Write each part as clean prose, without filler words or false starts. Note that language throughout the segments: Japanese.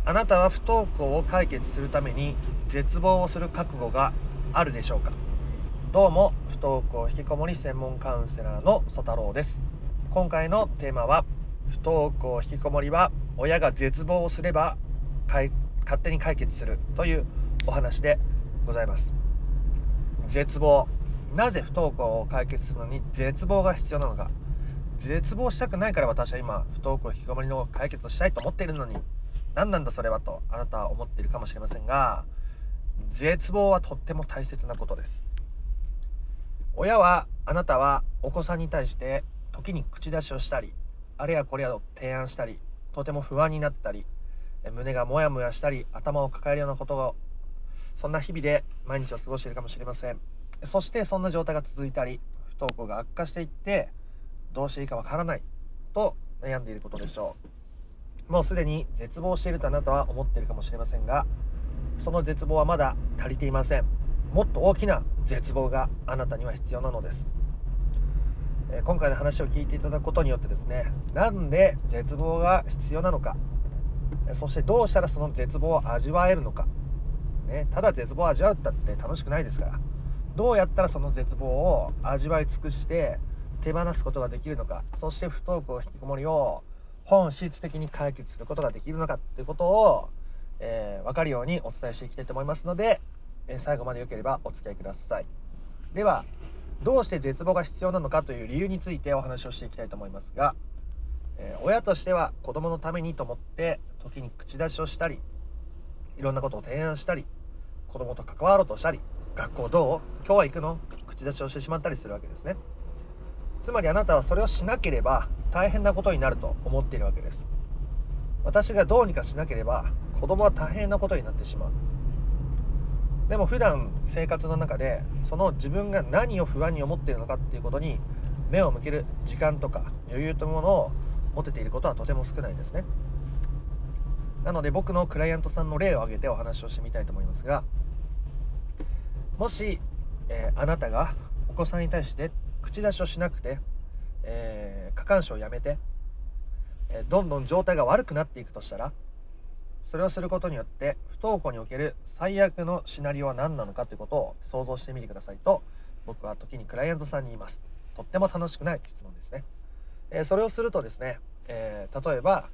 あなたは不登校を解決するために絶望をする覚悟があるでしょうか？どうも、不登校引きこもり専門カウンセラーの曽太郎です。今回のテーマは、不登校引きこもりは親が絶望をすれば勝手に解決するというお話でございます。絶望、なぜ不登校を解決するのに絶望が必要なのか。絶望したくないから私は今不登校引きこもりの解決をしたいと思っているのに、何なんだそれはとあなたは思っているかもしれませんが、絶望はとっても大切なことです。あなたはお子さんに対して時に口出しをしたり、あれやこれやを提案したり、とても不安になったり、胸がモヤモヤしたり、頭を抱えるようなことが、そんな日々で毎日を過ごしているかもしれません。そしてそんな状態が続いたり、不登校が悪化していって、どうしていいかわからないと悩んでいることでしょう。もうすでに絶望しているとあなたは思っているかもしれませんが、その絶望はまだ足りていません。もっと大きな絶望があなたには必要なのです。今回の話を聞いていただくことによってですね、なんで絶望が必要なのか、そしてどうしたらその絶望を味わえるのか、ただ絶望を味わうったって楽しくないですから、どうやったらその絶望を味わい尽くして手放すことができるのか、そして不登校引きこもりを本質的に解決することができるのかということを、分かるようにお伝えしていきたいと思いますので、最後までよければお付き合いください。では、どうして絶望が必要なのかという理由についてお話をしていきたいと思いますが、親としては子供のためにと思って時に口出しをしたり、いろんなことを提案したり、子供と関わろうとしたり、学校どう？今日は行くの？口出しをしてしまったりするわけですね。つまりあなたはそれをしなければ大変なことになると思っているわけです。私がどうにかしなければ子供は大変なことになってしまう。でも普段生活の中でその自分が何を不安に思っているのかっていうことに目を向ける時間とか余裕というものを持てていることはとても少ないですね。なので僕のクライアントさんの例を挙げてお話をしてみたいと思いますが、もし、あなたがお子さんに対して口出しをしなくて、過干渉をやめて、どんどん状態が悪くなっていくとしたら、それをすることによって不登校における最悪のシナリオは何なのかということを想像してみてくださいと、僕は時にクライアントさんに言います。とっても楽しくない質問ですね。それをするとですね、例えば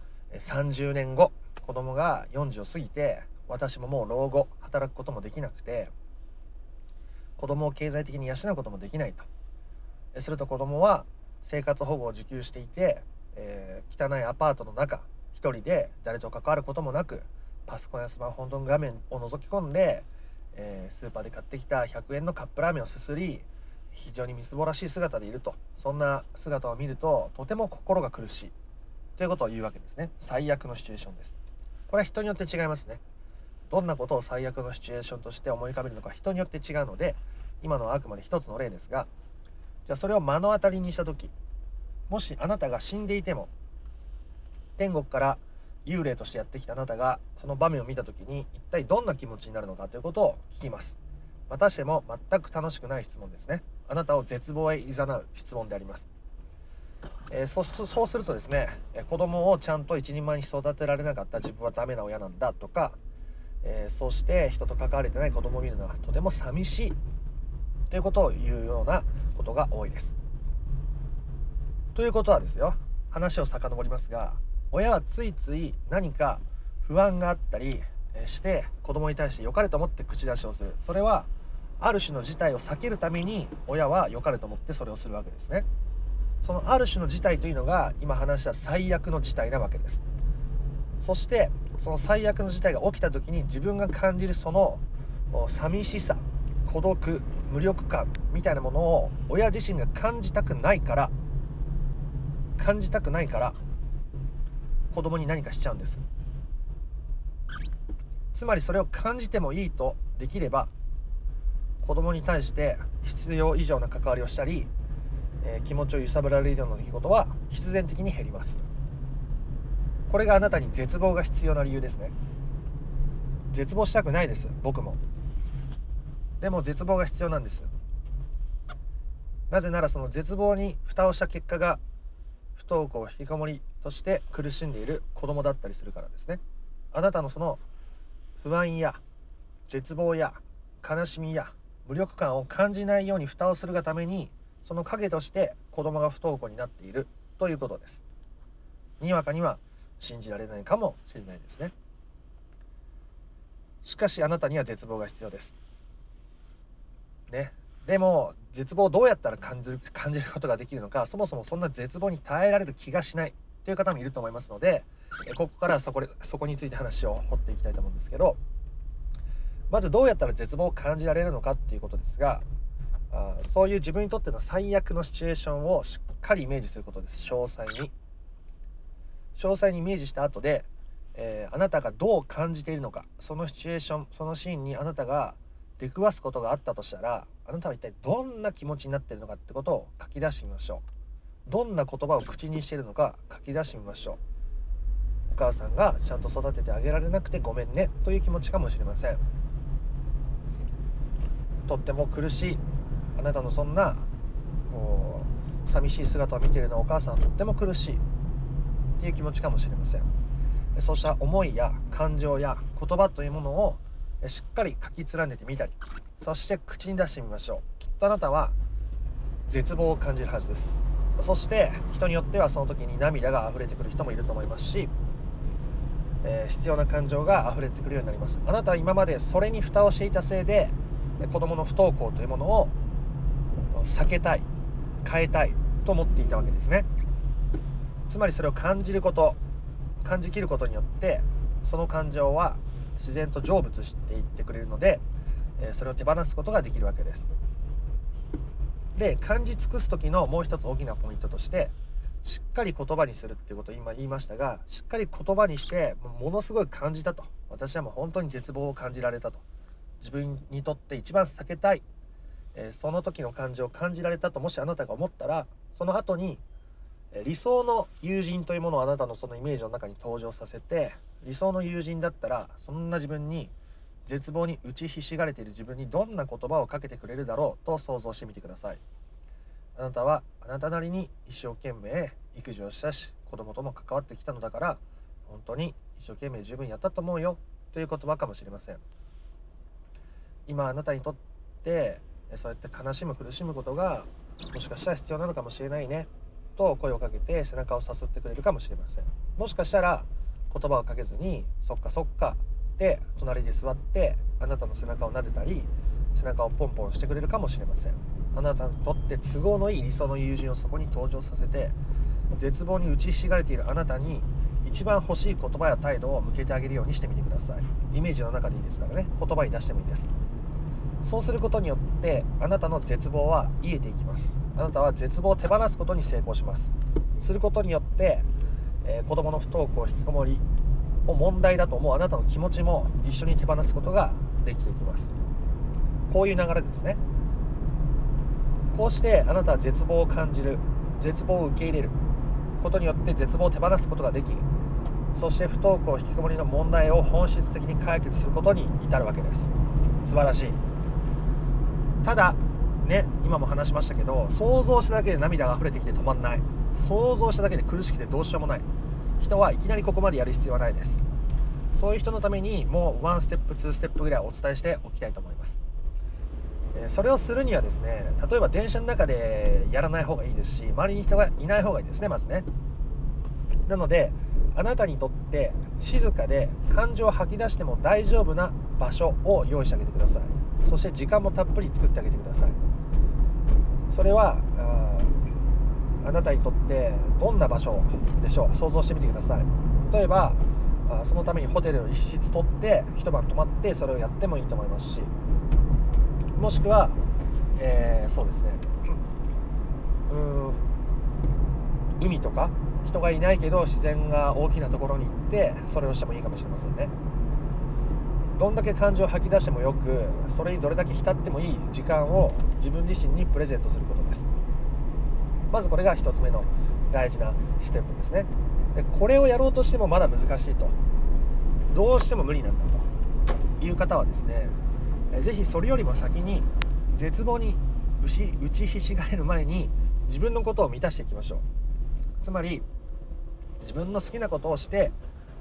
30年後子供が40を過ぎて、私ももう老後働くこともできなくて、子供を経済的に養うこともできないと。すると子供は生活保護を受給していて、汚いアパートの中一人で誰と関わることもなく、パソコンやスマホの画面を覗き込んで、スーパーで買ってきた100円のカップラーメンをすすり、非常にみすぼらしい姿でいると。そんな姿を見るととても心が苦しいということを言うわけですね。最悪のシチュエーションです。これは人によって違いますね。どんなことを最悪のシチュエーションとして思い浮かべるのか人によって違うので、今のはあくまで一つの例ですが、じゃあそれを目の当たりにした時、もしあなたが死んでいても、天国から幽霊としてやってきたあなたがその場面を見た時に一体どんな気持ちになるのかということを聞きます。またしても全く楽しくない質問ですね。あなたを絶望へ誘う質問であります。そうするとですね、子供をちゃんと一人前に育てられなかった自分はダメな親なんだとか、そして人と関われてない子供を見るのはとても寂しいということを言うようなことが多いです。ということはですよ、話を遡りますが、親はついつい何か不安があったりして子供に対して良かれと思って口出しをする。それはある種の事態を避けるために親は良かれと思ってそれをするわけですね。そのある種の事態というのが今話した最悪の事態なわけです。そしてその最悪の事態が起きた時に自分が感じるその寂しさ、孤独、無力感みたいなものを親自身が感じたくないから子供に何かしちゃうんです。つまりそれを感じてもいいとできれば、子供に対して必要以上な関わりをしたり、気持ちを揺さぶられるような出来事は必然的に減ります。これがあなたに絶望が必要な理由ですね。絶望したくないです、僕も。でも絶望が必要なんです。なぜならその絶望に蓋をした結果が不登校引きこもりとして苦しんでいる子供だったりするからですね。 あなたのその不安や絶望や悲しみや無力感を感じないように蓋をするがために、その影として子供が不登校になっているということです。にわかには信じられないかもしれないですね。しかしあなたには絶望が必要ですね。でも絶望をどうやったら感じることができるのか、そもそもそんな絶望に耐えられる気がしないという方もいると思いますので、ここからそこについて話を掘っていきたいと思うんですけど、まずどうやったら絶望を感じられるのかっていうことですが、そういう自分にとっての最悪のシチュエーションをしっかりイメージすることです。詳細にイメージした後で、あなたがどう感じているのか、そのシチュエーション、そのシーンにあなたが出くわすことがあったとしたら、あなたは一体どんな気持ちになっているのかってことを書き出してみましょう。どんな言葉を口にしているのか書き出してみましょう。お母さんがちゃんと育ててあげられなくてごめんねという気持ちかもしれません。とっても苦しい、あなたのそんな寂しい姿を見ているのはお母さんはとっても苦しいっていう気持ちかもしれません。そうした思いや感情や言葉というものをしっかり書き連ねてみたり、そして口に出してみましょう。きっとあなたは絶望を感じるはずです。そして人によってはその時に涙が溢れてくる人もいると思いますし、必要な感情が溢れてくるようになります。あなたは今までそれに蓋をしていたせいで、子供の不登校というものを避けたい、変えたいと思っていたわけですね。つまりそれを感じきることによって、その感情は自然と成仏していってくれるので、それを手放すことができるわけです。で、感じ尽くす時のもう一つ大きなポイントとして、しっかり言葉にするっていうことを今言いましたが、しっかり言葉にしてものすごい感じたと、私はもう本当に絶望を感じられたと、自分にとって一番避けたい、その時の感情を感じられたともしあなたが思ったら、その後に理想の友人というものをあなたのそのイメージの中に登場させて、理想の友人だったらそんな自分に、絶望に打ちひしがれている自分にどんな言葉をかけてくれるだろうと想像してみてください。あなたはあなたなりに一生懸命育児をしたし、子供とも関わってきたのだから、本当に一生懸命十分やったと思うよという言葉かもしれません。今あなたにとってそうやって悲しむ苦しむことがもしかしたら必要なのかもしれないねと声をかけて背中をさすってくれるかもしれません。もしかしたら言葉をかけずにそっかそっかで隣で座ってあなたの背中を撫でたり、背中をポンポンしてくれるかもしれません。あなたにとって都合のいい理想の友人をそこに登場させて、絶望に打ちひしがれているあなたに一番欲しい言葉や態度を向けてあげるようにしてみてください。イメージの中でいいですからね、言葉に出してもいいです。そうすることによってあなたの絶望は癒えていきます。あなたは絶望を手放すことに成功します。することによって、子供の不登校引きこもりを問題だと思うあなたの気持ちも一緒に手放すことができていきます。こういう流れですね。こうしてあなたは絶望を感じる、絶望を受け入れることによって絶望を手放すことができ、そして不登校引きこもりの問題を本質的に解決することに至るわけです。素晴らしい。ただね、今も話しましたけど、想像しただけで涙が溢れてきて止まんない、想像しただけで苦しくてどうしようもない人はいきなりここまでやる必要はないです。そういう人のためにもう1ステップ2ステップぐらいお伝えしておきたいと思います。それをするにはですね、例えば電車の中でやらない方がいいですし、周りに人がいない方がいいですね、まずね。なのであなたにとって静かで感情を吐き出しても大丈夫な場所を用意してあげてください。そして時間もたっぷり作ってあげてください。それはあなたにとってどんな場所でしょう。想像してみてください。例えばそのためにホテルを一室取って一晩泊まってそれをやってもいいと思いますし、もしくは、そうですね、海とか人がいないけど自然が大きなところに行ってそれをしてもいいかもしれませんね。どんだけ感情を吐き出してもよく、それにどれだけ浸ってもいい時間を自分自身にプレゼントすることです。まずこれが一つ目の大事なステップですね。でこれをやろうとしてもまだ難しいと、どうしても無理なんだという方はですね、ぜひそれよりも先に絶望に打ちひしがれる前に自分のことを満たしていきましょう。つまり自分の好きなことをして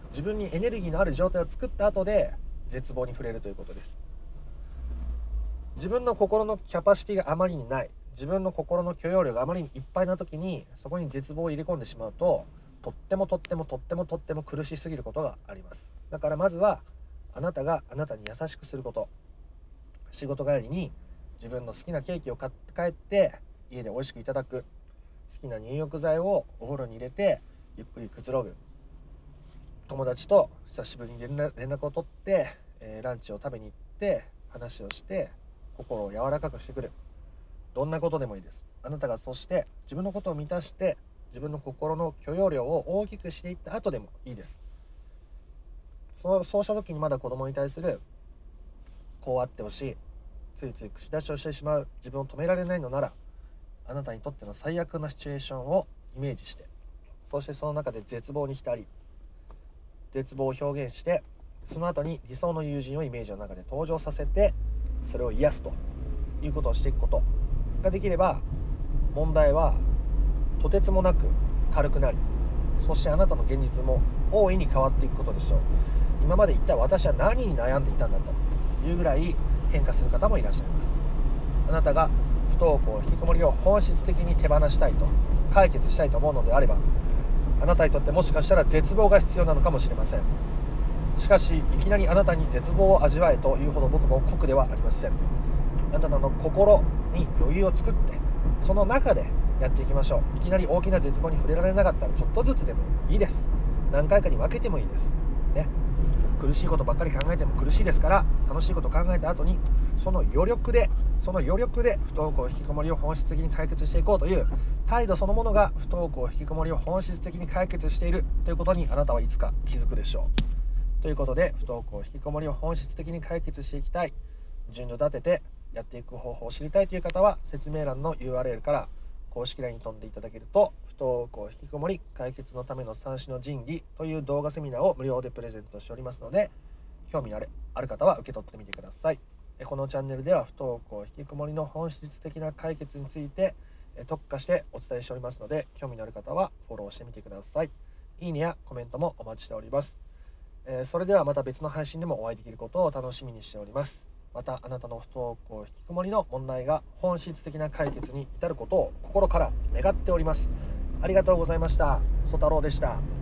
自分にエネルギーのある状態を作った後で絶望に触れるということです。自分の心のキャパシティがあまりにない、自分の心の許容量があまりにいっぱいな時にそこに絶望を入れ込んでしまうと、とっても苦しすぎることがあります。だからまずはあなたがあなたに優しくすること。仕事帰りに自分の好きなケーキを買って帰って家で美味しくいただく。好きな入浴剤をお風呂に入れてゆっくりくつろぐ。友達と久しぶりに連絡を取って、ランチを食べに行って話をして心を柔らかくしてくる。どんなことでもいいです。あなたがそして自分のことを満たして自分の心の許容量を大きくしていった後でもいいです。そうした時にまだ子供に対するこうあってほしい、ついつい口出しをしてしまう自分を止められないのなら、あなたにとっての最悪なシチュエーションをイメージして、そしてその中で絶望に浸り、絶望を表現して、その後に理想の友人をイメージの中で登場させて、それを癒すということをしていくことができれば、問題はとてつもなく軽くなり、そしてあなたの現実も大いに変わっていくことでしょう。今まで一体私は何に悩んでいたんだというぐらい変化する方もいらっしゃいます。あなたが不登校引きこもりを本質的に手放したいと、解決したいと思うのであれば、あなたにとってもしかしたら絶望が必要なのかもしれません。しかしいきなりあなたに絶望を味わえというほど僕も酷ではありません。あなたの心に余裕を作って、その中でやっていきましょう。いきなり大きな絶望に触れられなかったらちょっとずつでもいいです。何回かに分けてもいいですね。苦しいことばっかり考えても苦しいですから、楽しいことを考えた後にその余力で不登校引きこもりを本質的に解決していこうという態度そのものが、不登校引きこもりを本質的に解決しているということにあなたはいつか気づくでしょう。ということで、不登校引きこもりを本質的に解決していきたい、順序立ててやっていく方法を知りたいという方は、説明欄の URL から公式 LINE に飛んでいただけると、不登校引きこもり解決のための三種の神器という動画セミナーを無料でプレゼントしておりますので、興味のある方は受け取ってみてください。このチャンネルでは不登校引きこもりの本質的な解決について特化してお伝えしておりますので、興味のある方はフォローしてみてください。いいねやコメントもお待ちしております。それではまた別の配信でもお会いできることを楽しみにしております。またあなたの不登校引きこもりの問題が本質的な解決に至ることを心から願っております。ありがとうございました。曽太郎でした。